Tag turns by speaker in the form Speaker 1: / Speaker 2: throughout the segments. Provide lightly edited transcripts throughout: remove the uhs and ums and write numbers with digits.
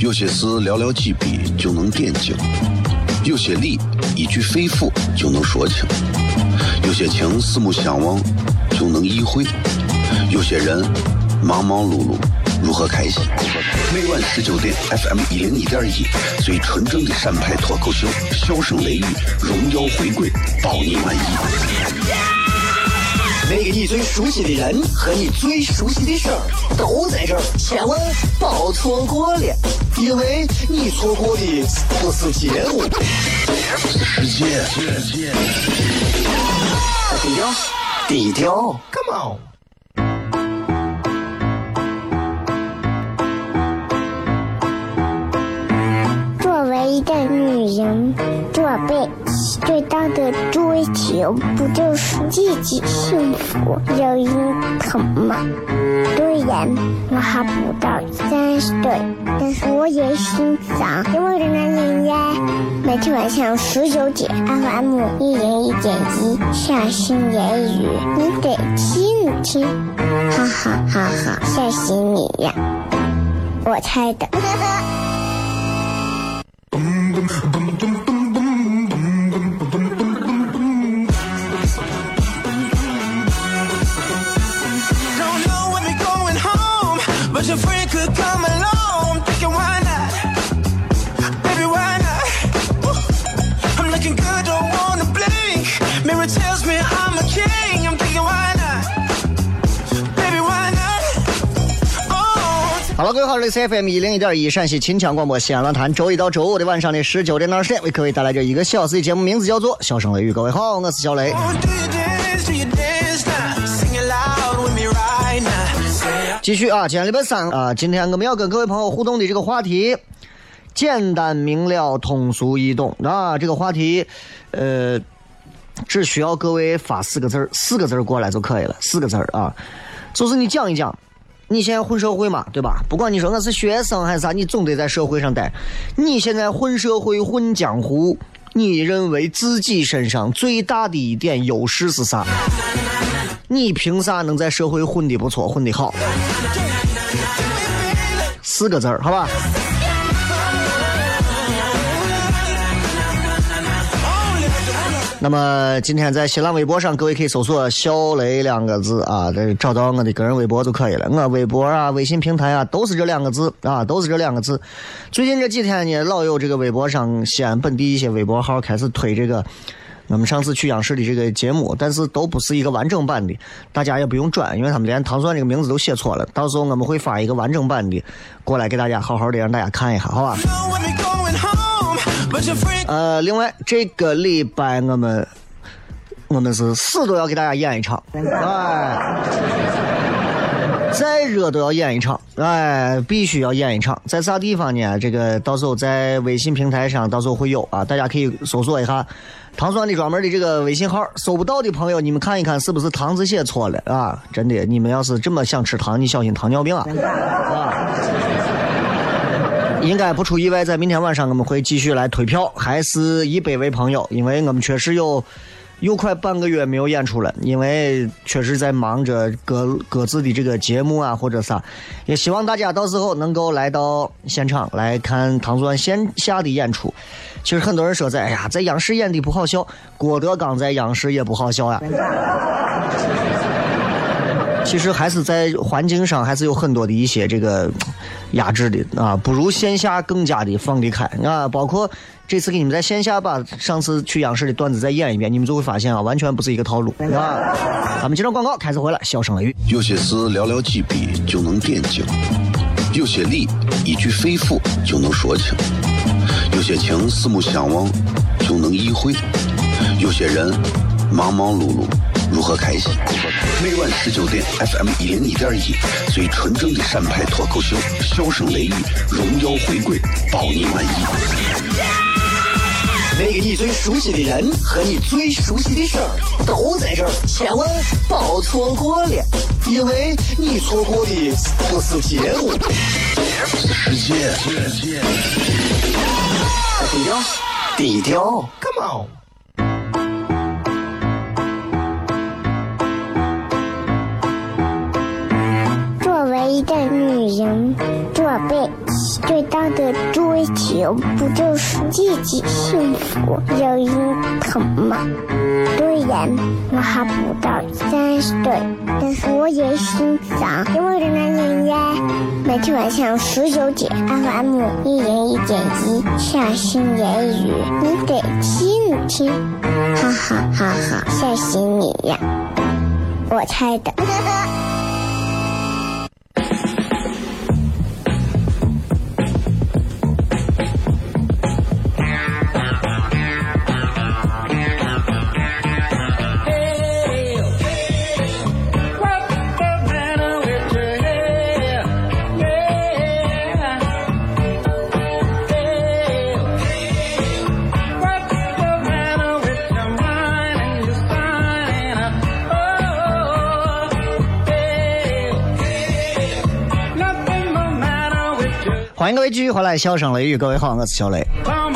Speaker 1: 有些事寥寥几笔就能点睛，有些理一句肺腑就能说清，有些情四目相望就能意会，有些人忙忙碌碌如何开心。每晚19点 FM 101.1，最纯正的陕派脱口秀，笑声雷雨，荣耀回归，保你满意。
Speaker 2: 那个你最熟悉的人和你最熟悉的事儿都在这儿，千万别错过了，因为你错过的不是节目，
Speaker 1: 是世界。
Speaker 2: 低调 ，Come on。
Speaker 3: 作为一个女人，这辈子最大的追求不就是自己幸福、有人疼吗？虽然我还不到30岁，但是我也心脏因为的男人呀。每天晚上19点 FM 101.1，下心言语，你得听听，哈哈哈哈，吓死你呀！我猜的。
Speaker 4: 好了，各位好，这里是 FM 101.1陕西秦腔广播西安论坛，周一到周五的晚上的19点到20点，为各位带来这1个小时的节目，名字叫做《笑声雷雨》。各位好，我是小雷。继续啊，今天礼拜3啊，今天我们要跟各位朋友互动的这个话题，简单明了，通俗易懂啊。这个话题，只需要各位发4个字过来就可以了，4个字啊，就是你讲一讲。你现在混社会嘛，对吧？不管你说我是学生还是啥，你总得在社会上待。你现在混社会、混江湖，你认为自己身上最大的一点优势是啥？你凭啥能在社会混得不错、混得好？4个字，好吧？那么今天在新浪微博上，各位可以搜索"小雷"2个字啊，找到我的个人微博就可以了。我微博啊、微信平台啊，都是这2个字啊，都是这2个字。最近这几天呢，老有这个微博上西安本地一些微博号开始推这个我们上次去央视的这个节目，但是都不是一个完整版的，大家也不用转，因为他们连糖蒜这个名字都写错了。到时候我们会发一个完整版的过来给大家好好的让大家看一下，好吧？另外这个礼拜我们是死都要给大家演一场，哎，再热都要演一场，哎，必须要演一场。在啥地方呢？这个到时候在微信平台上到时候会有啊，大家可以搜索一下糖酸的专门的这个微信号，搜不到的朋友你们看一看是不是糖字写错了啊？真的，你们要是这么想吃糖，你小心糖尿病啊！应该不出意外，在明天晚上我们会继续来推票，还是以北为朋友，因为我们确实又快半个月没有演出了，因为确实在忙着各自的这个节目啊或者啥，也希望大家到时候能够来到现场来看糖蒜线下的演出。其实很多人说在央视演的不好笑，郭德纲在央视也不好笑呀。其实还是在环境上还是有很多的一些这个压制的啊，不如线下更加的放得开啊。包括这次给你们在线下把上次去央视的段子再演一遍，你们就会发现啊，完全不是一个套路啊。咱们接着广告开始回来，笑声雷雨。
Speaker 1: 有些事寥寥几笔就能点睛，有些理一句肺腑就能说清，有些情四目相望就能意会，有些人忙忙碌碌如何开心。每晚19点 FM 101.1，最纯正的陕派脱口秀，笑声雷雨，荣耀回归，保你满意。
Speaker 2: 那个你最熟悉的人和你最熟悉的事儿都在这儿，千万别错过了，因为你错过的不是节目，
Speaker 1: 是世界。
Speaker 2: 低调 ，Come on。
Speaker 3: 作为一个女人，这辈子最大的追求不就是自己幸福有人疼吗？虽然我还不到30岁，但是我也心脏因为的男人呀。每天晚上19点 FM 101.1下心言语，你得听听，哈哈哈哈，吓死你呀！我猜的。
Speaker 4: 欢迎各位继续回来，笑声雷雨，各位好，我是小雷。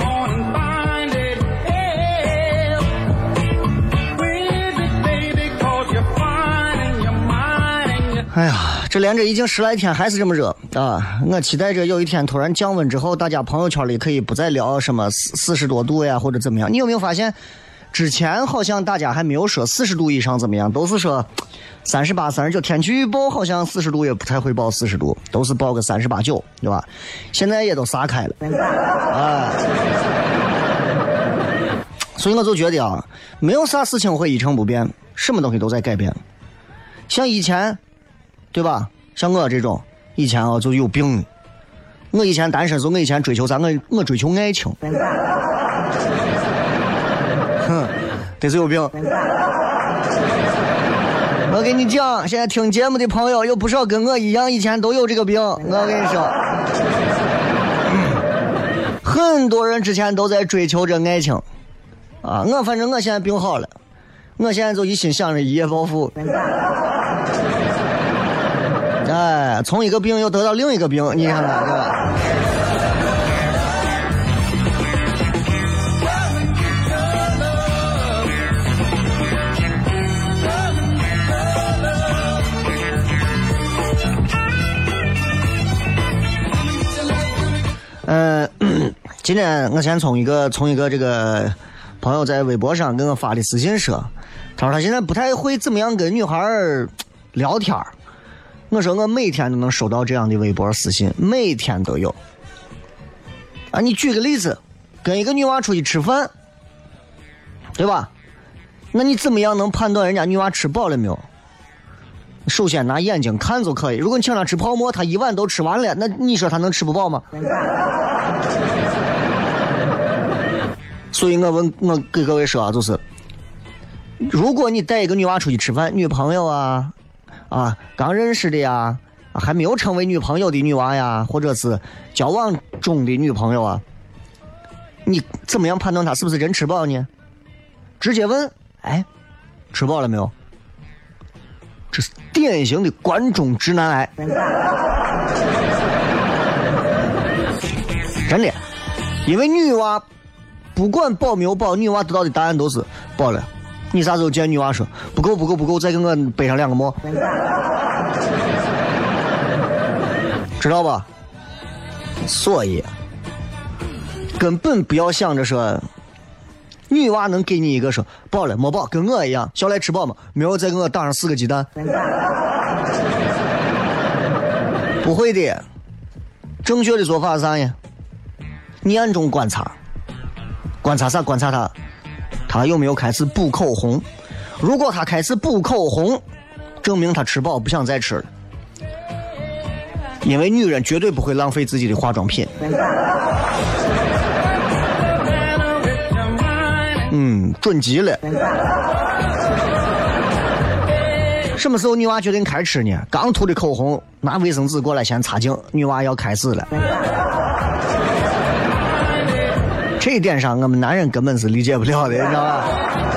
Speaker 4: 哎呀，这连着已经10来天还是这么热啊！我期待着有一天突然降温之后，大家朋友圈里可以不再聊什么40多度呀或者怎么样。你有没有发现，之前好像大家还没有说40度以上怎么样，都是说38、39，天气预报好像40度也不太会报40度，都是报个38、9，对吧？现在也都撒开了，啊，所以我就觉得啊，没有啥事情会一成不变，什么东西都在改变。像以前，对吧？像我这种以前啊就有病，我以前单身时候，我以前追求啥？我追求爱情，哼，这是有病。我跟你讲，现在听节目的朋友有不少跟我一样以前都有这个病，我跟你说，很多人之前都在追求着爱情啊。反正我现在病好了，我现在就一心想着一夜暴富，哎，从一个病又得到另一个病，你看看对吧？今天我先从一个这个朋友在微博上跟我发的私信说，他说他现在不太会怎么样跟女孩聊天。我说我每天都能收到这样的微博私信，每天都有。啊，你举个例子，跟一个女娃出去吃饭，对吧？那你怎么样能判断人家女娃吃饱了没有？首先拿眼睛看就可以。如果你请她吃泡馍，她一碗都吃完了，那你说她能吃不饱吗？所以我给各位说啊，就是如果你带一个女娃出去吃饭，女朋友啊刚认识的呀，还没有成为女朋友的女娃呀，或者是交往中的女朋友啊，你怎么样判断她是不是人吃饱呢？直接问，哎，吃饱了没有？这是典型的关中直男癌，真的。因为女娃不管饱没有饱，女娃得到的答案都是饱了。你啥时候见女娃说不够，再给我背上2个馍，知道吧？所以根本不要想着说女娃能给你一个说饱了没饱，跟我一样，小来吃饱吗？没有，再给我打上4个鸡蛋，不会的。正确的做法是啥呀？你暗中观察啥？观察他有没有开始补口红。如果他开始补口红，证明他吃饱不想再吃了。因为女人绝对不会浪费自己的化妆品。准极了。什么时候女娃决定开吃呢？刚涂的口红，拿卫生纸过来先擦净，女娃要开始了。这一点上我们男人根本是理解不了的，你知道吧？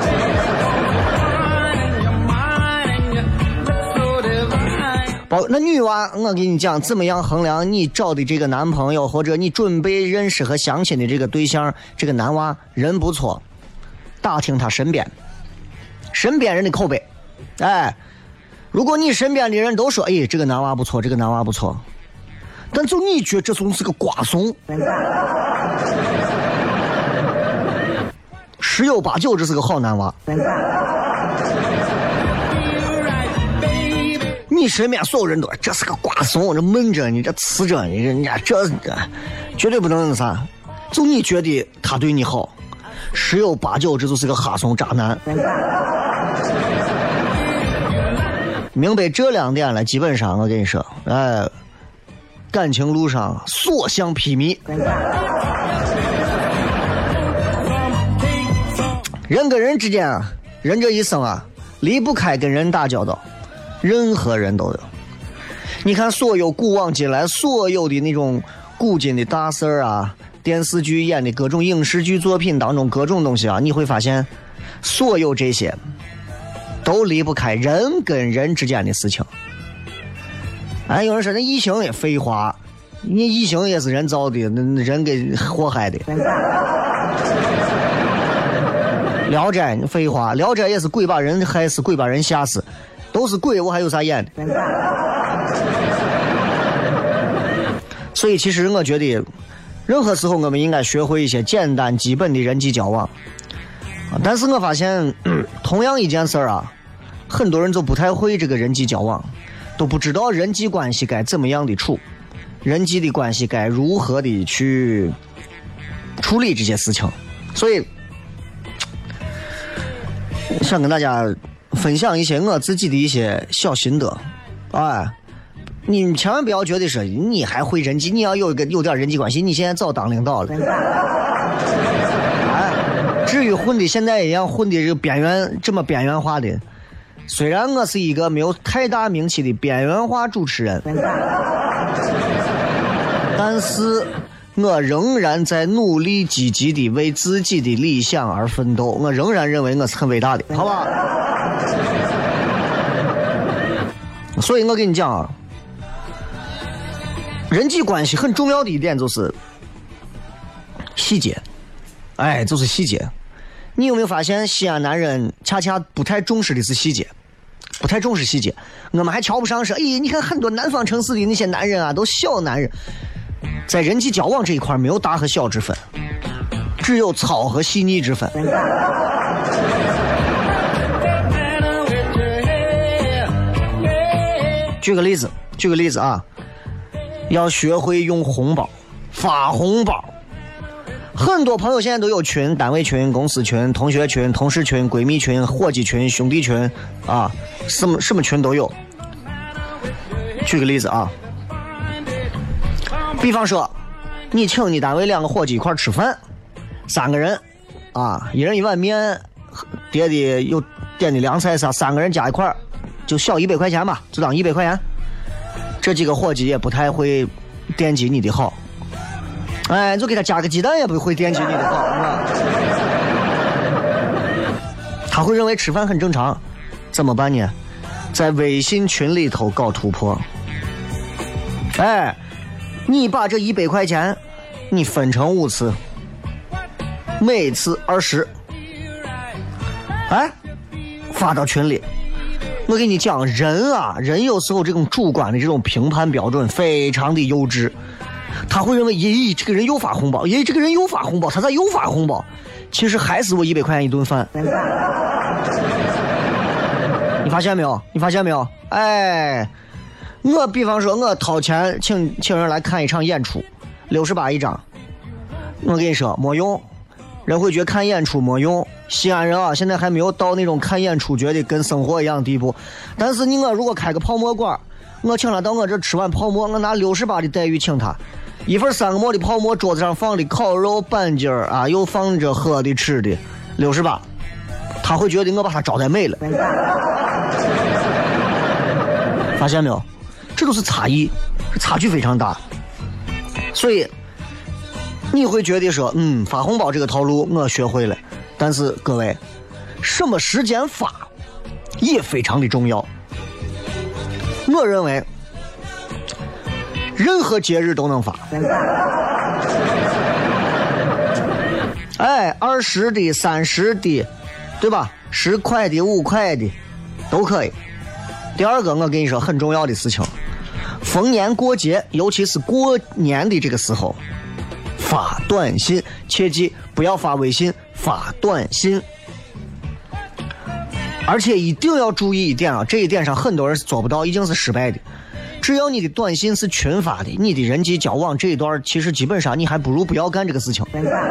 Speaker 4: 那女娃，我跟你讲，怎么样衡量你找的这个男朋友，或者你准备认识和相亲的这个对象，这个男娃人不错，打听他身边人的口碑。哎，如果你身边的人都说，哎，这个男娃不错， 但就你觉得这总是个瓜怂，十有八九这是个好男娃。你身边所有人都说这是个瓜怂，这闷着你，这呲着你，人家这绝对不能那啥。就你觉得他对你好，十有八九这就是个哈怂渣男。明白这两点了，基本上我跟你说，感情路上所向披靡。人跟人之间啊，人这一生啊，离不开跟人打交道，任何人都有。你看所有古往今来所有的那种古今的大事啊，电视剧演的各种影视剧作品当中各种东西啊，你会发现所有这些都离不开人跟人之间的事情。有人说那异形也废话，你异形也是人造的，那人给祸害的。聊斋废话，聊斋也是鬼把人害死，鬼把人吓死，都是鬼，我还有啥演的？所以其实我觉得任何时候我们应该学会一些简单基本的人际交往。但是我发现同样一件事啊，很多人都不太会这个人际交往，都不知道人际关系该怎么样的处，人际的关系该如何的去处理这些事情。所以想跟大家分享一些我自己的一些小心得。你千万不要觉得说你还会人际，你要有点人际关系，你现在早当领导了。至于混的现在一样混的这个边缘，这么边缘化的，虽然我是一个没有太大名气的边缘化主持人，但是我仍然在努力积极的为自己的理想而奋斗，我仍然认为我是很伟大的，好吧？所以我跟你讲啊，人际关系很重要的一点就是细节，就是细节。你有没有发现西安男人恰恰不太重视的是细节，不太重视细节。我们还瞧不上说，你看很多南方城市的那些男人啊，都小男人，在人际交往这一块没有大和小之分，只有糙和细腻之分。举个例子啊，要学会用红包，发红包。很多朋友现在都有群，单位群、公司群、同学群、同事群、闺蜜群、伙计群、兄弟群啊，什么群都有。举个例子啊，比方说你请你单位2个伙计一块吃饭，3个人啊，一人1碗面，点的凉菜啥，3个人加一块就小100块钱吧，就当100块钱。这几个伙计也不太会惦记你的好，就给他加个鸡蛋也不会惦记你的好，他会认为吃饭很正常，怎么办呢？在微信群里头搞突破。你把这100块钱你分成5次，每次20，发到群里。我跟你讲，人有时候这种主观的这种评判标准非常的幼稚，他会认为这个人又发红包，这个人又发红包，他咋又发红包？其实还是我100块钱一顿饭。你发现没有？我比方说我掏钱请人来看一场演出，68一张，我跟你说没用，人会觉得看演出没用。西安人啊，现在还没有到那种看演出觉得跟生活一样的地步。但是我如果开个泡馍馆，我请他到我这吃完泡馍，我拿68的待遇请他，一份3个馍的泡馍，桌子上放的烤肉板筋啊，又放着喝的吃的，68，他会觉得我把他招待美了。发现没有？这都是差异，差距非常大。所以你会觉得说，发红包这个套路我学会了，但是各位，什么时间发也非常的重要。我认为任何节日都能发，20的、30的，对吧？10块的、5块的都可以。第二个，我跟你说很重要的事情， 逢年过节，尤其是过年的这个时候，发短信，切记不要发微信，发短信。而且一定要注意一点啊，这一点上很多人是做不到，已经是失败的。只要你的短信是群发的，你的人际交往这一段其实基本上你还不如不要干这个事情。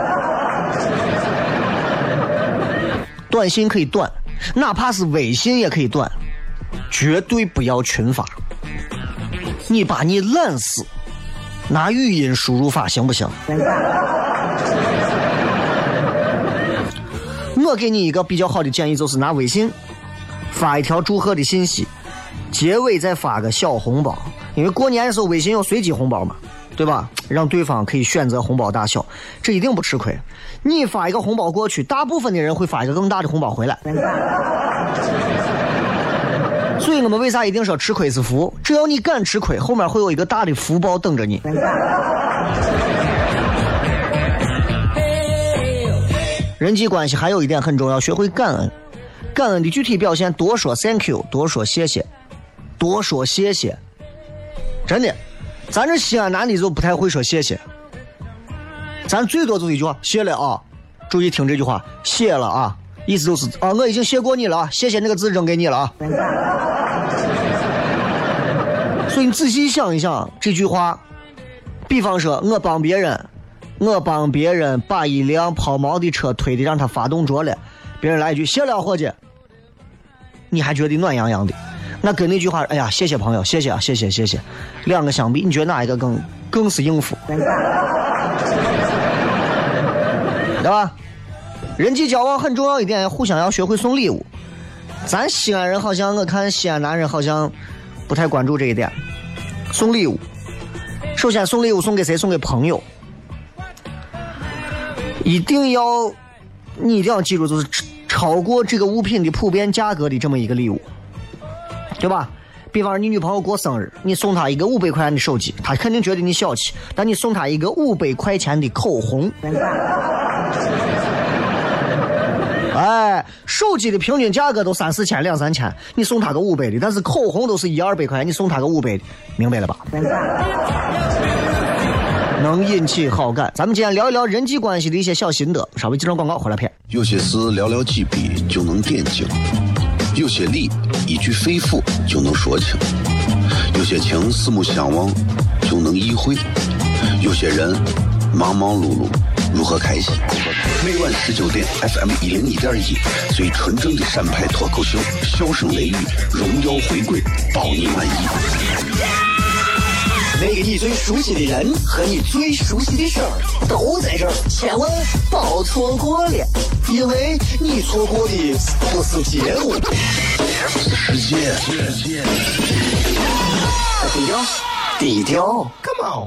Speaker 4: 短信可以断，哪怕是微信也可以断，绝对不要群发。你把你懒死拿语音输入法行不行？我给你一个比较好的建议，就是拿微信发一条祝贺的信息，结尾再发个小红包，因为过年的时候微信有随机红包嘛，对吧？让对方可以选择红包大小，这一定不吃亏。你发一个红包过去，大部分的人会发一个更大的红包回来。所以我们为啥一定说吃亏是福？只要你敢吃亏，后面会有一个大的福报等着你。人际关系还有一点很重要，学会感恩。感恩的具体表现，多说 thank you， 多说谢谢，多说谢谢。真的，咱这西安男的就不太会说谢谢，咱最多就是一句话谢了啊。注意听这句话，谢了啊，意思就是啊，我已经谢过你了啊，谢谢那个字扔给你了啊。所以你仔细想一想这句话，比方说我帮别人把一辆抛锚的车推的让他发动着了，别人来一句谢了伙计，你还觉得暖洋洋的，那跟那句话哎呀谢谢朋友，谢谢啊，谢谢谢谢，两个相比，你觉得哪一个更是应付？对吧？人际交往很重要一点，互相要学会送礼物。咱西安人好像，我看西安男人好像不太关注这一点。送礼物，首先送礼物送给谁？送给朋友。你一定要记住，就是超过这个物品的普遍价格的这么一个礼物，对吧？比方说你女朋友过生日，你送她一个500块钱的手机，她肯定觉得你小气，但你送她一个500块钱的口红。哎，手机的平均价格都3-4千、2-3千，你送他个500的，但是口红都是100-200块钱，你送他个500的，明白了吧？能引起好感。咱们今天聊一聊人际关系的一些小心得，稍微接上广告回来片。
Speaker 1: 有些事寥寥几笔就能点睛，有些理一句肺腑就能说清，有些情四目相望就能意会，有些人忙忙碌碌如何开心？每晚19点 FM101.1，最纯正的陕派脱口秀，笑声雷雨，荣耀回归，保你满意。
Speaker 2: 那个你最熟悉的人和你最熟悉的事儿都在这儿，千万别错过了，因为你错过的不是节目，
Speaker 1: 世界。
Speaker 2: 低调
Speaker 1: ，Come on。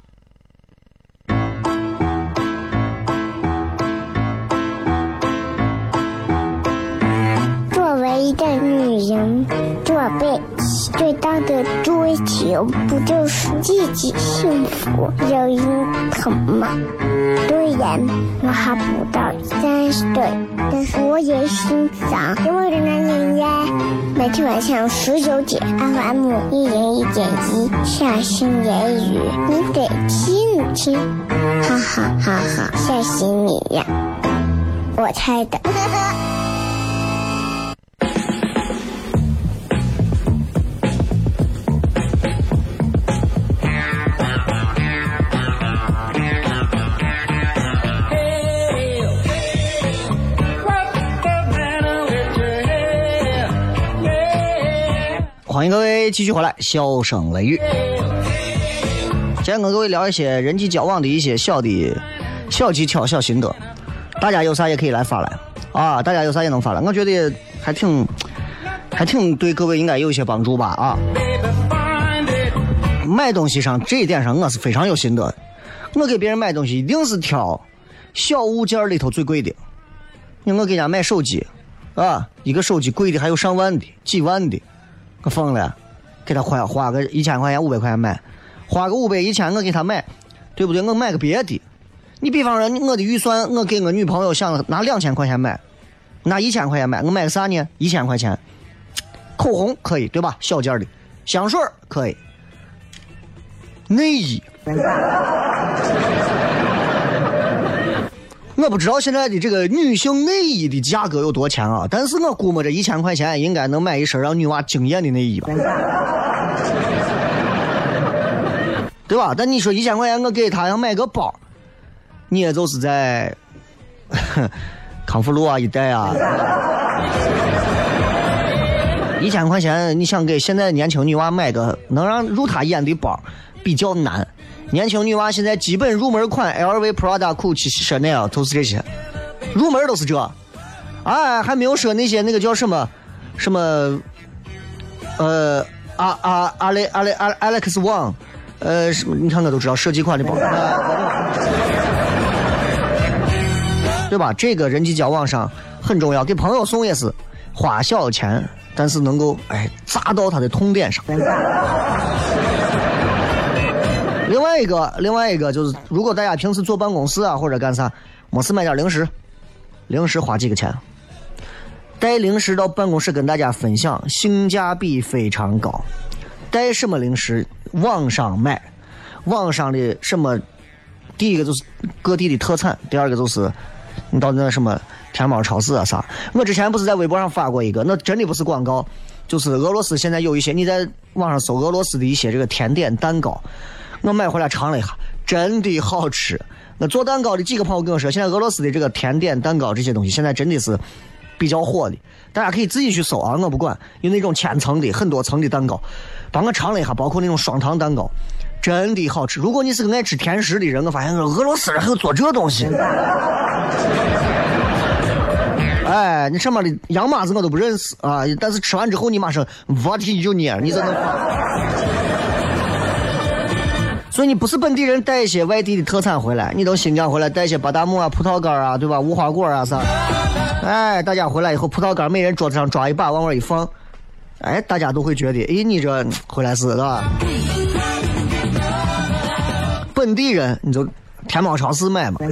Speaker 3: 作为一个女人，这辈子最大的追求不就是自己幸福、有人疼吗？虽然我还不到30岁，但是我也心脏因为的男人呀。每天晚上19点 FM 101.1，下心言语，你得听听，哈哈哈哈，吓死你呀！我猜的。
Speaker 4: 欢迎各位继续回来，笑声雷雨。今天跟各位聊一些人际交往的一些小技巧、小心得，大家有啥也可以来发来啊！大家有啥也能发来，我觉得还挺对各位应该有一些帮助吧啊！买东西上这一点上我是非常有心得的，我给别人买东西一定是挑小物件里头最贵的。我给人家买手机啊，一个手机贵的还有上万的、几万的。我疯了，给他花个1000块钱、500块钱买，花个500、1000我给他买，对不对？我买个别的。你比方说我的预算，我给我女朋友想拿2000块钱买，拿1000块钱买，我买个啥呢？1000块钱，口红可以对吧？小件的，香水可以， 内衣。我不知道现在的这个女性内衣的价格有多钱啊，但是我估摸着1000块钱应该能买一身让女娃惊艳的内衣吧，对吧？但你说1000块钱我给她要买个包，你也就是在康复路啊一带啊，1000块钱你想给现在的年轻女娃买个能让入她眼的包比较难。年轻女娃现在基本入门款 LV、Prada、Gucci、Chanel 都是这些，入门都是这，哎，还没有说那些那个叫什么Alex Wang， 什么你看我都知道设计款的包，对吧？这个人际交往上很重要，给朋友送也是花小钱，但是能够砸到他的痛点上。另外一个就是，如果大家平时坐办公室啊或者干啥，没事买点零食花几个钱，带零食到办公室跟大家分享，性价比非常高。带什么零食？网上买，网上的什么？第一个就是各地的特产，第二个就是你到那什么天猫超市啊啥。我之前不是在微博上发过一个，那真的不是广告，就是俄罗斯现在有一些，你在网上搜俄罗斯的一些这个甜点蛋糕。我买回来尝了一下，真的好吃。那做蛋糕的几个朋友跟我说，现在俄罗斯的这个甜点蛋糕这些东西现在真的是比较火的，大家可以自己去搜啊，我不管。有那种千层的很多层的蛋糕，帮我尝了一下，包括那种双糖蛋糕，真的好吃。如果你是个爱吃甜食的人，我发现俄罗斯人还有做这东西。哎，你上面的洋麻子我都不认识啊，但是吃完之后你马上 What you need， 你在那所以你不是本地人带一些外地的特产回来，你到新疆回来带一些巴达木啊、葡萄干啊，对吧？无花果啊啥，哎，大家回来以后葡萄干每人桌子上抓一把往外一放，哎，大家都会觉得，哎，你这回来是吧？本地人你就天猫超市买嘛，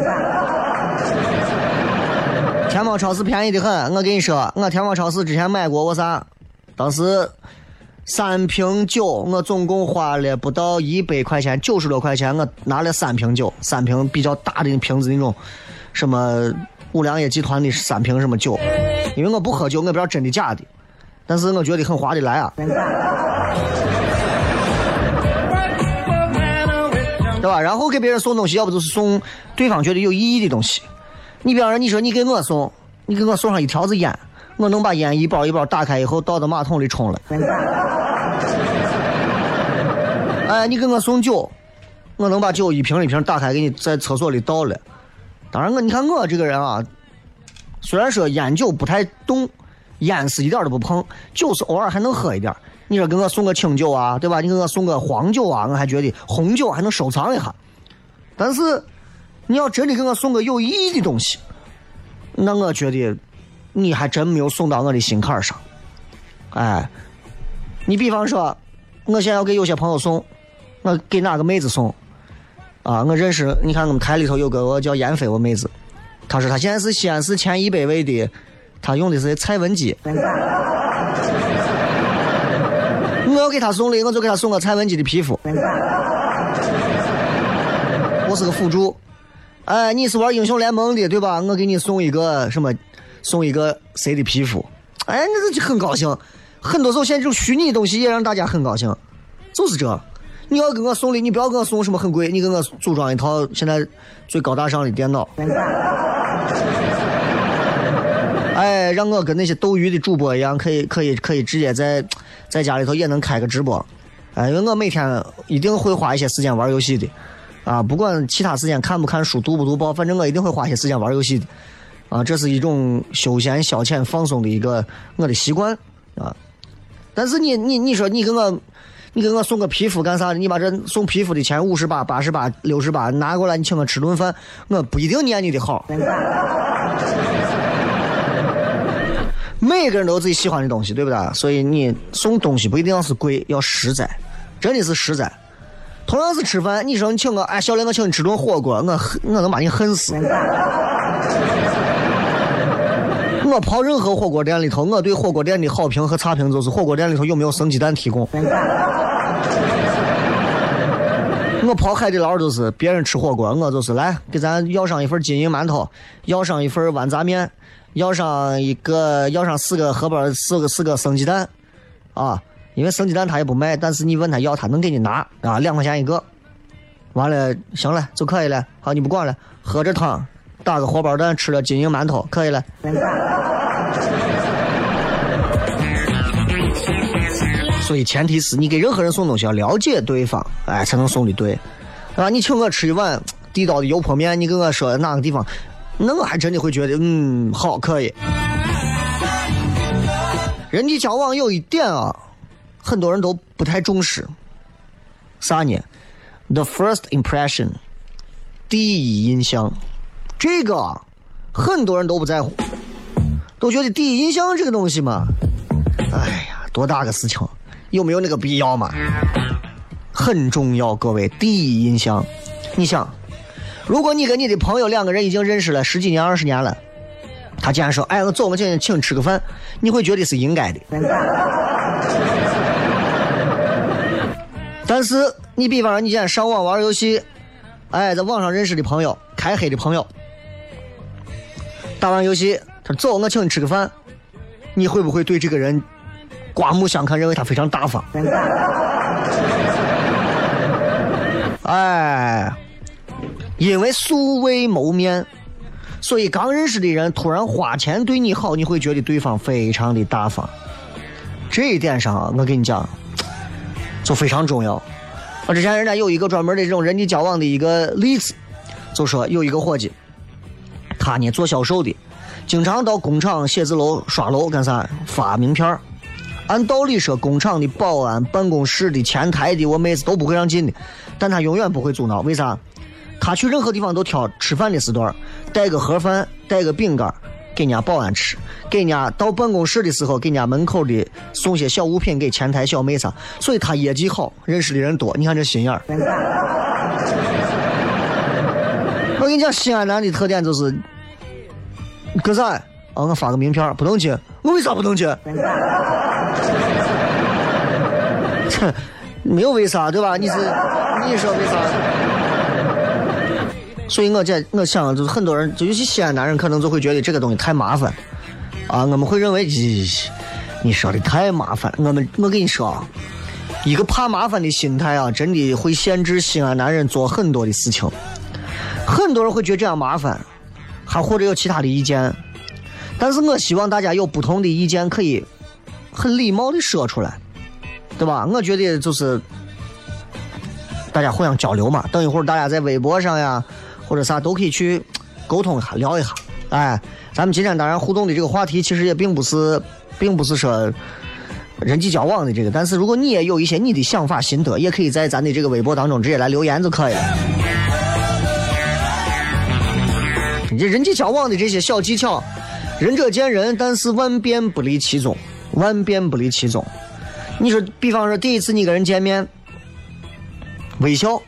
Speaker 4: 天猫超市便宜的很。我跟你说，我天猫超市之前买过我啥，当时3瓶酒，我总共花了不到100块钱，90多块钱，我拿了3瓶酒，3瓶比较大的瓶子那种，什么五粮液集团的3瓶什么酒，因为我不喝酒，我不知道真的假的，但是我觉得很划得来啊，对吧？然后给别人送东西，要不就是送对方觉得有意义的东西。你比方说，你说你给我送，你给我送上一条子烟。我能把烟一包一包打开以后倒到马桶里冲了。哎，你给我送酒，我能把酒一瓶一瓶打开给你在厕所里倒了。当然你看我这个人啊，虽然说烟酒不太动，烟是一点都不碰，酒是偶尔还能喝一点。你说给我送个清酒啊，对吧？你给我送个黄酒啊，我还觉得红酒还能收藏一下。但是你要真的给我送个有意义的东西，那我觉得你还真没有送到我的心坎上。哎，你比方说我现在要给有些朋友送，我给哪个妹子送啊？我认识，你看我们台里头有个我叫闫飞我妹子，她说她现在是西安市前100位的，她用的是蔡文姬。我要给她送礼，我就给她送个蔡文姬的皮肤，我是个辅助。哎，你是玩英雄联盟的对吧？我给你送一个什么，送一个谁的皮肤，哎，那就很高兴。很多时候现在这种虚拟的东西也让大家很高兴，就是这。你要给我送礼，你不要给我送什么很贵，你给我组装一套现在最高大上的电脑。哎，让我跟那些斗鱼的主播一样，可以直接在家里头也能开个直播。哎，因为我每天一定会花一些时间玩游戏的，啊，不管其他时间看不看书、读不读报，反正我一定会花一些时间玩游戏的。啊，这是一种休闲消遣放松的一个我的习惯啊。但是你说你给我送个皮肤干啥的？你把这送皮肤的钱50把、80把、60把拿过来，你请我吃顿饭，我不一定念你的好。每个人都有自己喜欢的东西，对不对？所以你送东西不一定要是贵，要实在，真的是实在。同样是吃饭，你说你请我，哎，小雷，我请你吃顿火锅，我能把你恨死。我跑任何火锅店里头，我对火锅店的好评和差评就是火锅店里头有没有生鸡蛋提供。 我跑海底捞就是别人吃火锅，我就是来给咱要上一份金银馒头，要上一份碗杂面，要上4个荷包4个生鸡蛋啊，因为生鸡蛋他也不卖，但是你问他要他能给你拿啊，2块钱一个，完了行了就可以了，好你不管了，喝着汤打个荷包蛋，吃了金银馒头可以了。所以前提是你给任何人送东西要了解对方，哎，才能送的对，啊，你请我吃一碗地道的油泼面，你跟我说哪个地方，那我还真的会觉得好可以。人际交往有一点啊，很多人都不太重视，啥呢 ？The first impression， 第一印象，这个很多人都不在乎，都觉得第一印象这个东西嘛，哎呀，多大个事情。有没有那个必要嘛？很重要，各位，第一印象。你想，如果你跟你的朋友2个人已经认识了10几年、20年了，他竟然说：“哎，我走，我请你吃个饭。”你会觉得是应该的。但是你比方说，你现在上网玩游戏，哎，在网上认识的朋友，开黑的朋友，打完游戏，他说：“走，我请你吃个饭。”你会不会对这个人刮目相看，认为他非常大方？哎，因为素未谋面，所以刚认识的人突然花钱对你好，你会觉得对方非常的大方。这一点上我跟你讲就非常重要。我之前人家有一个专门的这种人际交往的一个例子，就说有一个伙计，他呢做销售的，经常到工厂写字楼刷楼干啥，发名片。按道理说，工厂的保安、办公室的、前台的，我妹子都不会让进的，但他永远不会阻挠。为啥？他去任何地方都挑吃饭的时段，带个盒饭，带个饼干给人家保安吃，给人家到办公室的时候，给人家门口的送些小物品给前台小妹子，所以他业绩好，认识的人多。你看这心眼儿。我跟你讲，西安男的特点就是，哥啥？啊，我发个名片不能进，我为啥不能进？没有为啥，对吧？你说为啥？所以我想就是很多人，就尤其西安男人，可能就会觉得这个东西太麻烦啊。我们会认为，你说的太麻烦。我跟你说啊，一个怕麻烦的心态啊，真的会限制西安男人做很多的事情。很多人会觉得这样麻烦，还或者有其他的意见。但是我希望大家有不同的意见，可以很礼貌的说出来，对吧？我觉得就是大家互相交流嘛。等一会儿大家在微博上呀，或者啥都可以去沟通一下，聊一下。哎，咱们今天当然互动的这个话题，其实也并不是说人际交往的这个，但是如果你也有一些你的想法心得，也可以在咱的这个微博当中直接来留言就可以了。你这人际交往的这些小技巧，仁者见仁，但是万变不离其宗，万变不离其宗。你说，比方说第一次你跟人见面，微笑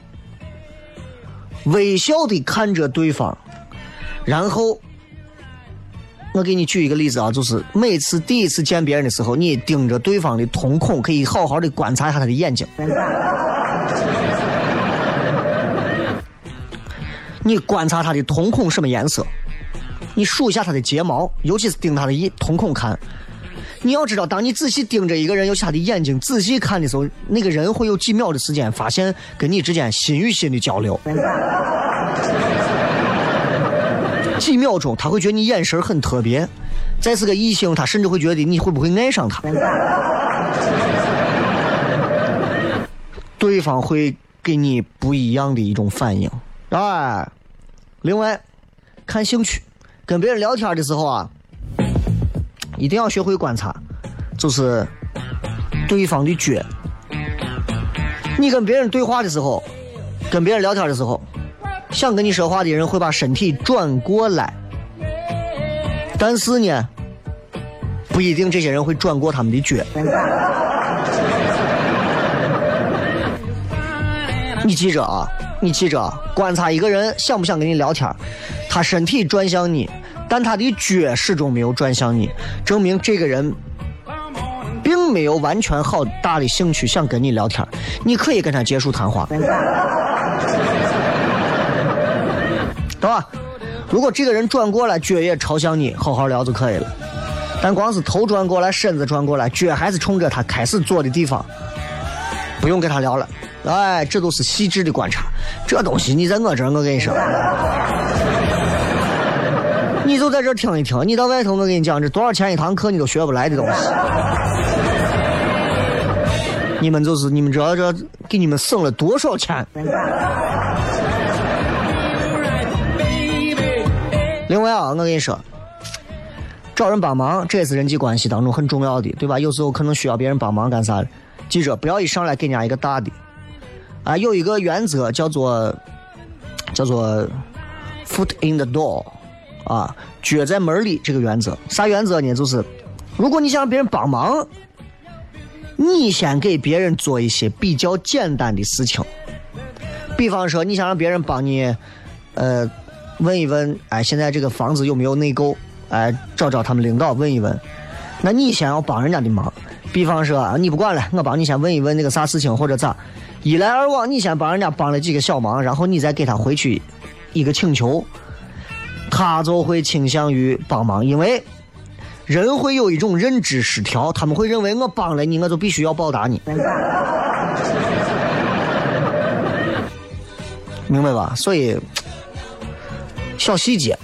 Speaker 4: 的看着对方，然后我给你举一个例子啊，就是每次第一次见别人的时候，你盯着对方的瞳孔，可以好好的观察一下他的眼睛。你观察他的瞳孔什么颜色，你数一下他的睫毛，尤其是盯他的瞳孔看。你要知道，当你仔细盯着一个人，尤其他的眼睛仔细看的时候，那个人会有几秒的时间发现跟你之间心与心的交流。几秒钟他会觉得你眼神很特别，再是个异性，他甚至会觉得你会不会爱上他。对方会给你不一样的一种反应。哎，另外看兴趣，跟别人聊天的时候啊，一定要学会观察，就是对方的脚。你跟别人对话的时候，跟别人聊天的时候，想跟你说话的人会把身体转过来，但是呢，不一定这些人会转过他们的脚。你记着啊，观察一个人想不想跟你聊天，他身体转向你，但他的脚始终没有转向你，证明这个人并没有完全好大的兴趣想跟你聊天，你可以跟他结束谈话。 对吧？如果这个人转过来，脚也朝向你，好好聊就可以了。但光是头转过来，身子转过来，脚还是冲着他开始坐的地方，不用跟他聊了。哎，这都是细致的观察。这东西你在我这儿，我跟你说，你就在这儿听一听。你到外头，我跟你讲，这多少钱一堂课你都学不来的东西。你们知道这给你们省了多少钱？另外啊，我跟你说，找人帮忙这也是人际关系当中很重要的，对吧？有时候可能需要别人帮忙干啥的，记着不要一上来给人家一个大的。啊，有一个原则叫做 foot in the door， 啊，脚在门里。这个原则啥原则呢？就是如果你想让别人帮忙，你先给别人做一些比较简单的事情。比方说你想让别人帮你问一问，哎，现在这个房子有没有内购，哎，找他们领导问一问，那你先要帮人家的忙。比方说啊，你不管了，我帮你先问一问那个啥事情或者咋，一来二往，你先帮人家帮了几个小忙，然后你再给他回去一个请求，他就会倾向于帮忙。因为人会有一种认知失调，他们会认为我帮了你，我就必须要报答你，明白吧？所以小细节，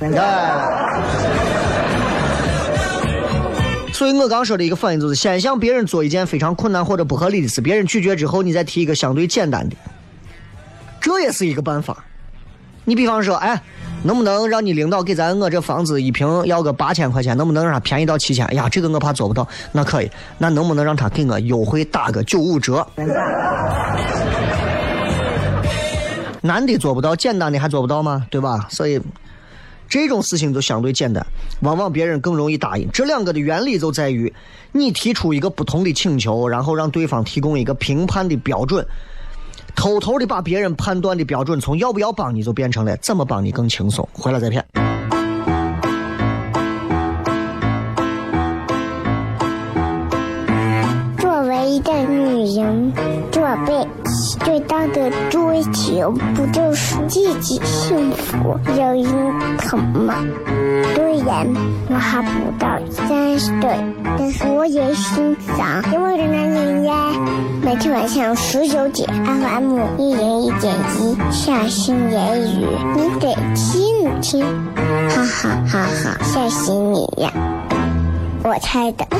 Speaker 4: 所以我刚说的一个反应就是，先向别人做一件非常困难或者不合理的事，别人拒绝之后，你再提一个相对简单的，这也是一个办法。你比方说，哎，能不能让你领导给我这房子一平要个8000块钱，能不能让他便宜到7000？哎呀，这个我怕做不到，那可以，那能不能让他给我优惠打个95折？难的做不到，简单的还做不到吗？对吧？所以这种事情就相对简单，往往别人更容易答应。这两个的原理就在于，你提出一个不同的请求，然后让对方提供一个评判的标准，偷偷的把别人判断的标准从要不要帮你就变成了怎么帮你更轻松。回来再骗。
Speaker 3: 作为一个女人，做背最大的追求不就是自己幸福有人疼吗？虽然我还不到30岁，但是我也心脏因为人男人呀，每天晚上19点 FM 101.1下心言语，你得听听，哈哈哈哈，吓死你呀！我猜的。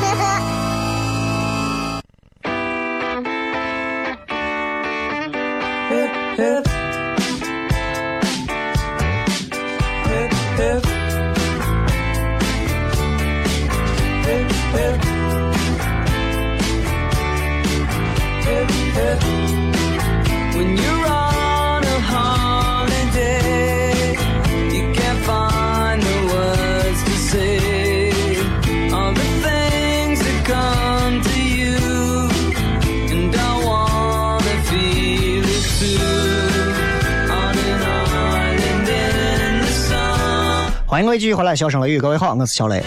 Speaker 5: When you're on a holiday, you can't find the words to say all the things that come to you, and I wanna feel it too. On an island in the sun.
Speaker 4: 欢迎各位继续回来，笑声雷雨，各位好，我是小雷。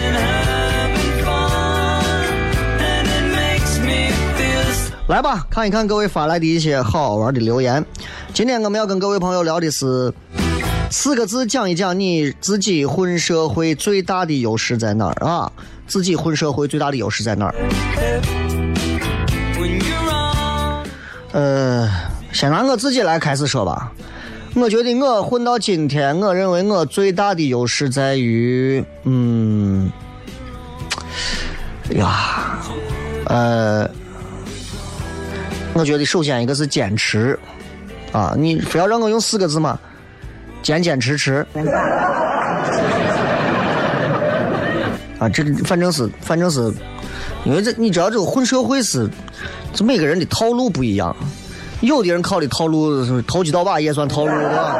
Speaker 4: 来吧，看一看各位发来的一些好好玩的留言。今天我们要跟各位朋友聊的是4个字，讲一讲你自己混社会最大的优势在哪儿啊？自己混社会最大的优势在哪儿？先拿我自己来开始说吧。我觉得我混到今天，我认为我最大的优势在于，我觉得首先一个是坚持啊，你非要让我用4个字嘛，坚持啊，这反正是，因为这你知道这个混社会是，这每个人的套路不一样，有的人靠的套路是投机倒把也算套路的，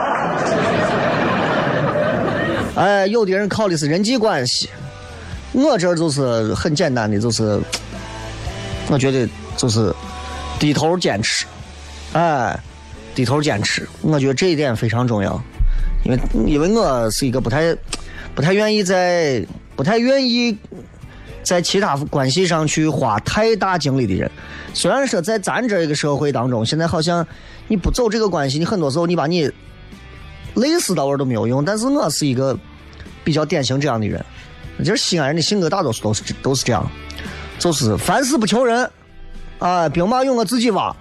Speaker 4: 哎，有的人靠的是人际关系，我这就是很简单的，就是我觉得就是低头坚持，哎，低头坚持，我觉得这一点非常重要，因为我是一个不太愿意在其他关系上去花太大精力的人。虽然说在咱这个社会当中，现在好像你不走这个关系，你很多时候你把你累死到我都没有用。但是我是一个比较典型这样的人，就是西安人的性格大多数都是这样，就是凡事不求人，兵马俑我自己挖。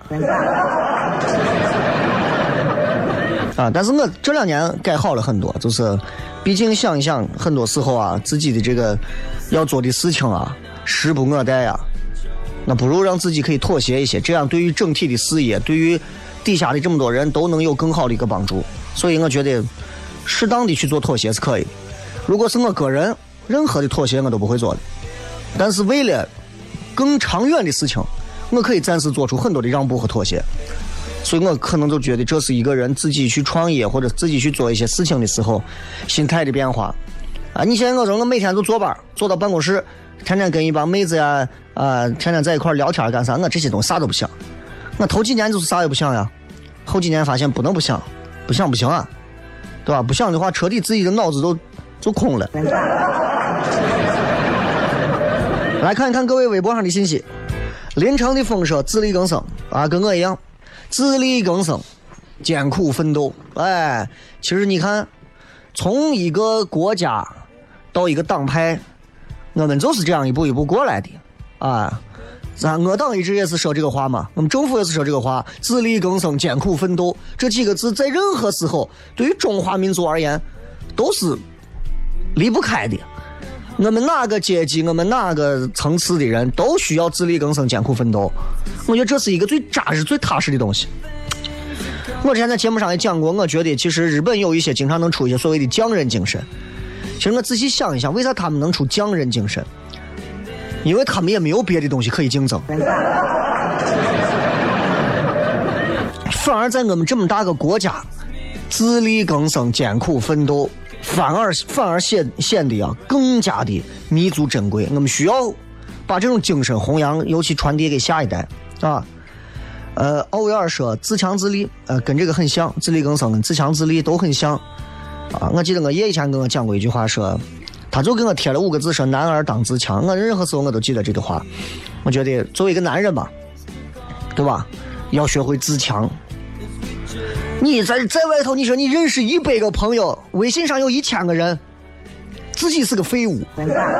Speaker 4: 但是我这2年改好了很多，就是毕竟想一想，很多时候啊，自己的这个要做的事情啊，时不我待啊，那不如让自己可以妥协一些，这样对于整体的事业，对于底下的这么多人都能有更好的一个帮助。所以我觉得适当的去做妥协是可以的。如果是我个人，任何的妥协我都不会做的，但是为了更长远的事情，我可以暂时做出很多的让步和妥协。所以我可能就觉得这是一个人自己去创业或者自己去做一些事情的时候心态的变化你现在我说我每天都坐班坐到办公室，天天跟一帮妹子呀天天在一块聊天干啥，我这些东西啥都不想。我头几年就是啥也不想呀，后几年发现不能不想，不行啊，对吧？不想的话彻底自己的脑子都空了。来看一看各位微博上的信息。临城的风说自力更生跟我一样自力更生，艰苦奋斗。其实你看，从一个国家到一个党派，我们就是这样一步一步过来的我党一直也是说这个话嘛，我们政府也是说这个话，自力更生，艰苦奋斗，这几个字在任何时候对于中华民族而言都是离不开的。我们哪个阶级，我们哪个层次的人都需要自力更生，艰苦奋斗。我觉得这是一个最扎实最踏实的东西。我之前在节目上也讲过，我觉得其实日本有一些经常能出一些所谓的匠人精神。其实我仔细想一想，为啥他们能出匠人精神？因为他们也没有别的东西可以竞争，反而在我们这么大个国家自力更生艰苦奋斗，反而显得更加的弥足珍贵。我们需要把这种精神弘扬，尤其传递给下一代奥威尔说自强自立跟这个很像，自力更生跟自强自立都很像我记得我爷以前跟我讲过一句话，说他就给我贴了5个字，说男儿当自强。我任何时候我都记得这个话。我觉得作为一个男人吧，对吧，要学会自强。你在外头，你说你认识100个朋友，微信上有1000个人，自己是个废物，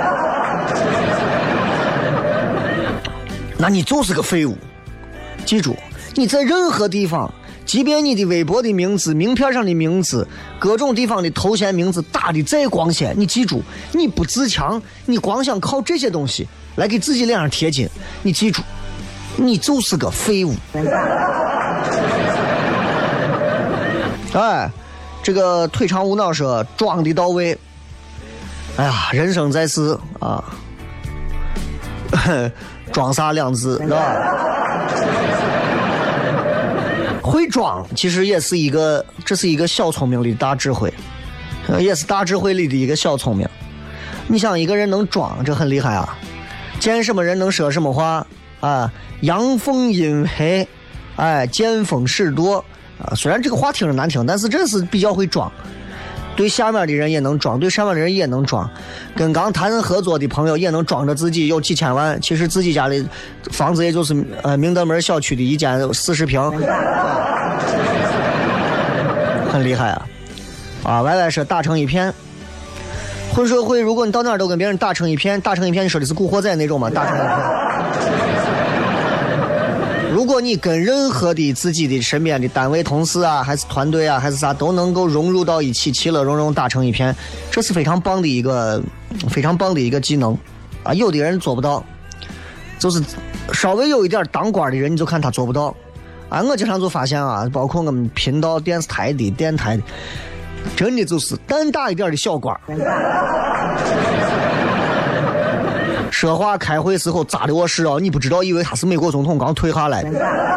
Speaker 4: 那你就是个废物。记住，你在任何地方，即便你的微博的名字、名片上的名字、各种地方的头衔名字打的再光鲜，你记住，你不自强，你光想靠这些东西来给自己脸上贴金，你记住，你就是个废物。这个腿长无脑说装的到位。人生在世装啥2字是吧？会装其实也是这是一个小聪明里的大智慧，也是大智慧里的一个小聪明。你想一个人能装，这很厉害见什么人能说什么话阳奉阴违见风使舵虽然这个话听着难听，但是这是比较会装，对下面的人也能装，对上面的人也能装，跟刚谈合作的朋友也能装着自己有几千万，其实自己家的房子也就是明德门小区的一间40平很厉害歪歪说打成一片。混社会，如果你到哪儿都跟别人打成一片，你说的是古惑仔那种吗？打成一片。如果你跟任何的自己的身边的单位同事还是团队还是啥都能够融入到一起，其乐融融打成一片，这是非常棒的一个技能有的人做不到，就是稍微有一点当官的人你就看他做不到我经常就发现包括我们频道电视台的电台的，真的就是胆大一点的小官说话开会时候咋的我是你不知道，以为他是美国总统刚退下来的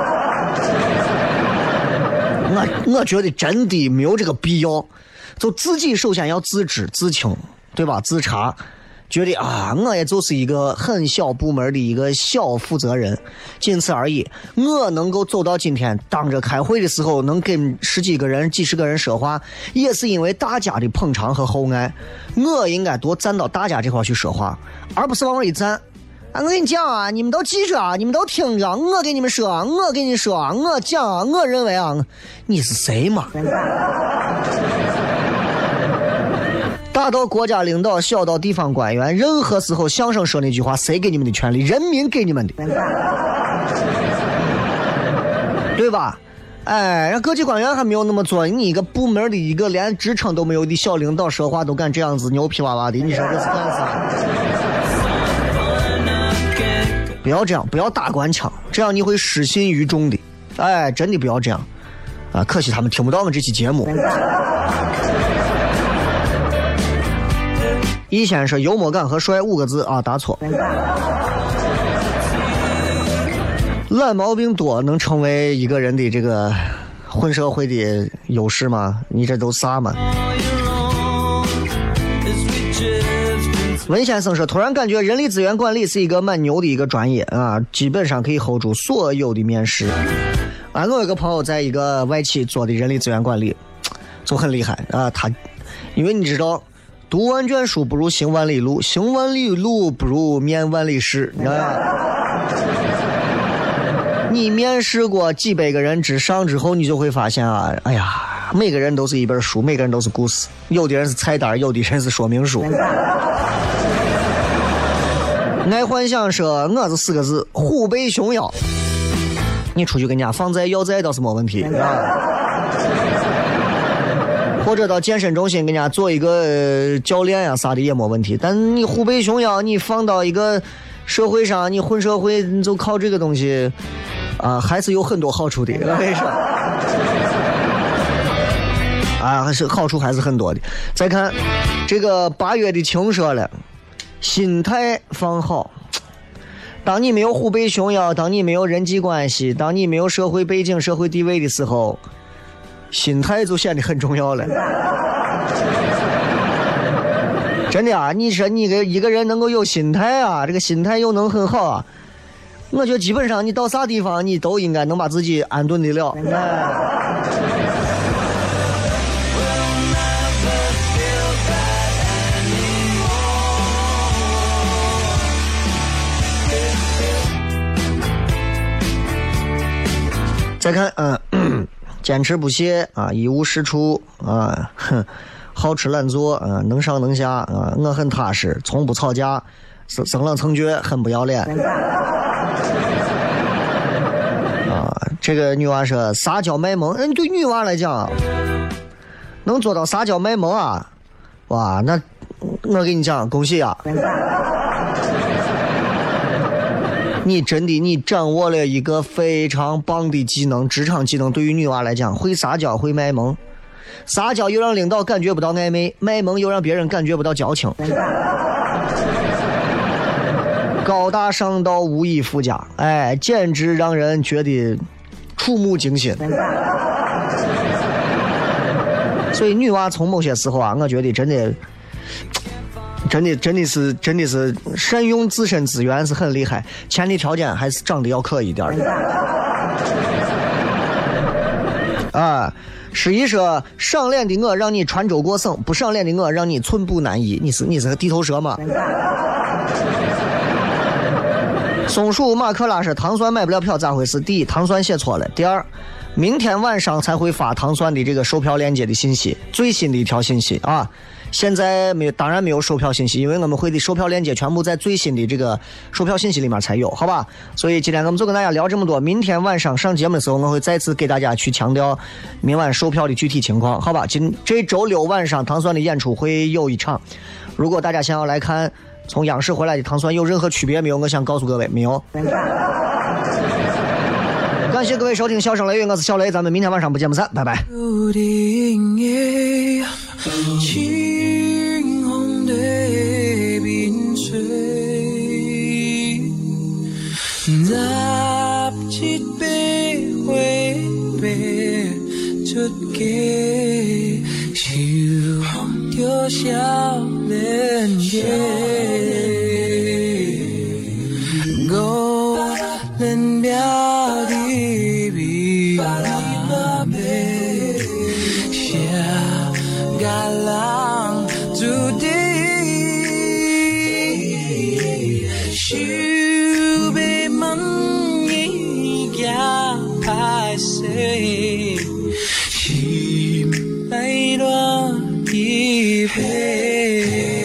Speaker 4: 我觉得真的没有这个必要，就自己首先要自知自清，对吧？自查，觉得我也就是一个很小部门的一个小负责人，仅此而已。我能够走到今天，当着开会的时候能跟10几个人、几十个人说话，也是因为大家的捧场和厚爱。我应该多站到大家这块去说话，而不是往那一站。我跟你讲你们都记着你们都听着，我跟你们说，我跟你说，我讲我认为你是谁嘛？ 大到国家领导，小到地方官员，任何时候相声说那句话，谁给你们的权利？人民给你们的，对吧？哎，让各级官员还没有那么做，你一个部门的一个连职称都没有的小领导说话都敢这样子牛皮哇哇的，你说这是干啥？不要这样，不要打官腔，这样你会失信于众的。哎，真的不要这样啊！可惜他们听不到我们这期节目。一先是幽默感和帅5个字啊，答错。懒毛病多能成为一个人的这个混社会的优势吗？你这都啥嘛？文先生说，突然感觉人力资源管理是一个蛮牛的一个专业啊，基本上可以 hold 住所有的面试。啊，我有个朋友在一个外企做的人力资源管理，就很厉害啊。他因为你知道，读万卷书不如行万里路，行万里路不如面万里试，你知道吗？你面试过几百个人之上之后，你就会发现啊，哎呀，每个人都是一本书，每个人都是故事，有的人是菜单，有的人是说明书。爱幻想说，我是4个字，虎背熊腰。你出去跟人家放在要债倒是没问题，或者到健身中心跟人家做一个教练呀啥的也没问题。但你虎背熊腰，你放到一个社会上，你混社会，你就靠这个东西啊，还是有很多好处的。为啥？啊，还是好处还是很多的。再看这个8月的情说了，心态放好。当你没有虎背熊腰，当你没有人际关系，当你没有社会背景、社会地位的时候，心态就显得很重要了。真的啊，你说你一个人能够有心态啊，这个心态又能很好啊，我觉得基本上你到啥地方你都应该能把自己安顿得了。再看，坚持不懈啊，一无是处啊，好吃懒做啊，能上能下啊，我很踏实，从不吵架，生冷蹭倔，很不要脸。啊，这个女娃说撒娇卖萌，对女娃来讲啊，能做到撒娇卖萌啊，哇，那我跟你讲，恭喜啊！你真的你掌握了一个非常棒的技能，职场技能。对于女娃来讲，会撒娇，会卖萌，撒娇又让领导感觉不到暧昧，卖萌又让别人感觉不到矫情，高大上道，无以复加，哎，简直让人觉得触目惊心。所以女娃从某些时候啊，我觉得真的是善用自身资源是很厉害，前提条件还是长得要可以一点啊。十一说赏脸的我让你穿州过省，不赏脸的我让你寸步难移，你是个地头蛇吗？松鼠马克拉说糖酸买不了票咋回事？第一，糖酸写错了；第二，明天晚上才会发糖酸的这个售票链接的信息，最新的一条信息啊。现在当然没有售票信息，因为我们会的售票链接全部在最新的这个售票信息里面才有，好吧？所以今天我们就跟大家聊这么多，明天晚上上节目的时候，我会再次给大家去强调明晚售票的具体情况，好吧？这周六晚上糖酸的演出会有一场，如果大家想要来看从央视回来的糖酸有任何区别没有？我想告诉各位，没有。感谢各位收听笑声雷雨，我是小雷，咱们明天晚上不见不散，拜拜。青红的冰水雜節被揮別出嘅笑掉笑臉嘅高冷表的比那杯下galang today should be money ya I say she might not give
Speaker 5: me.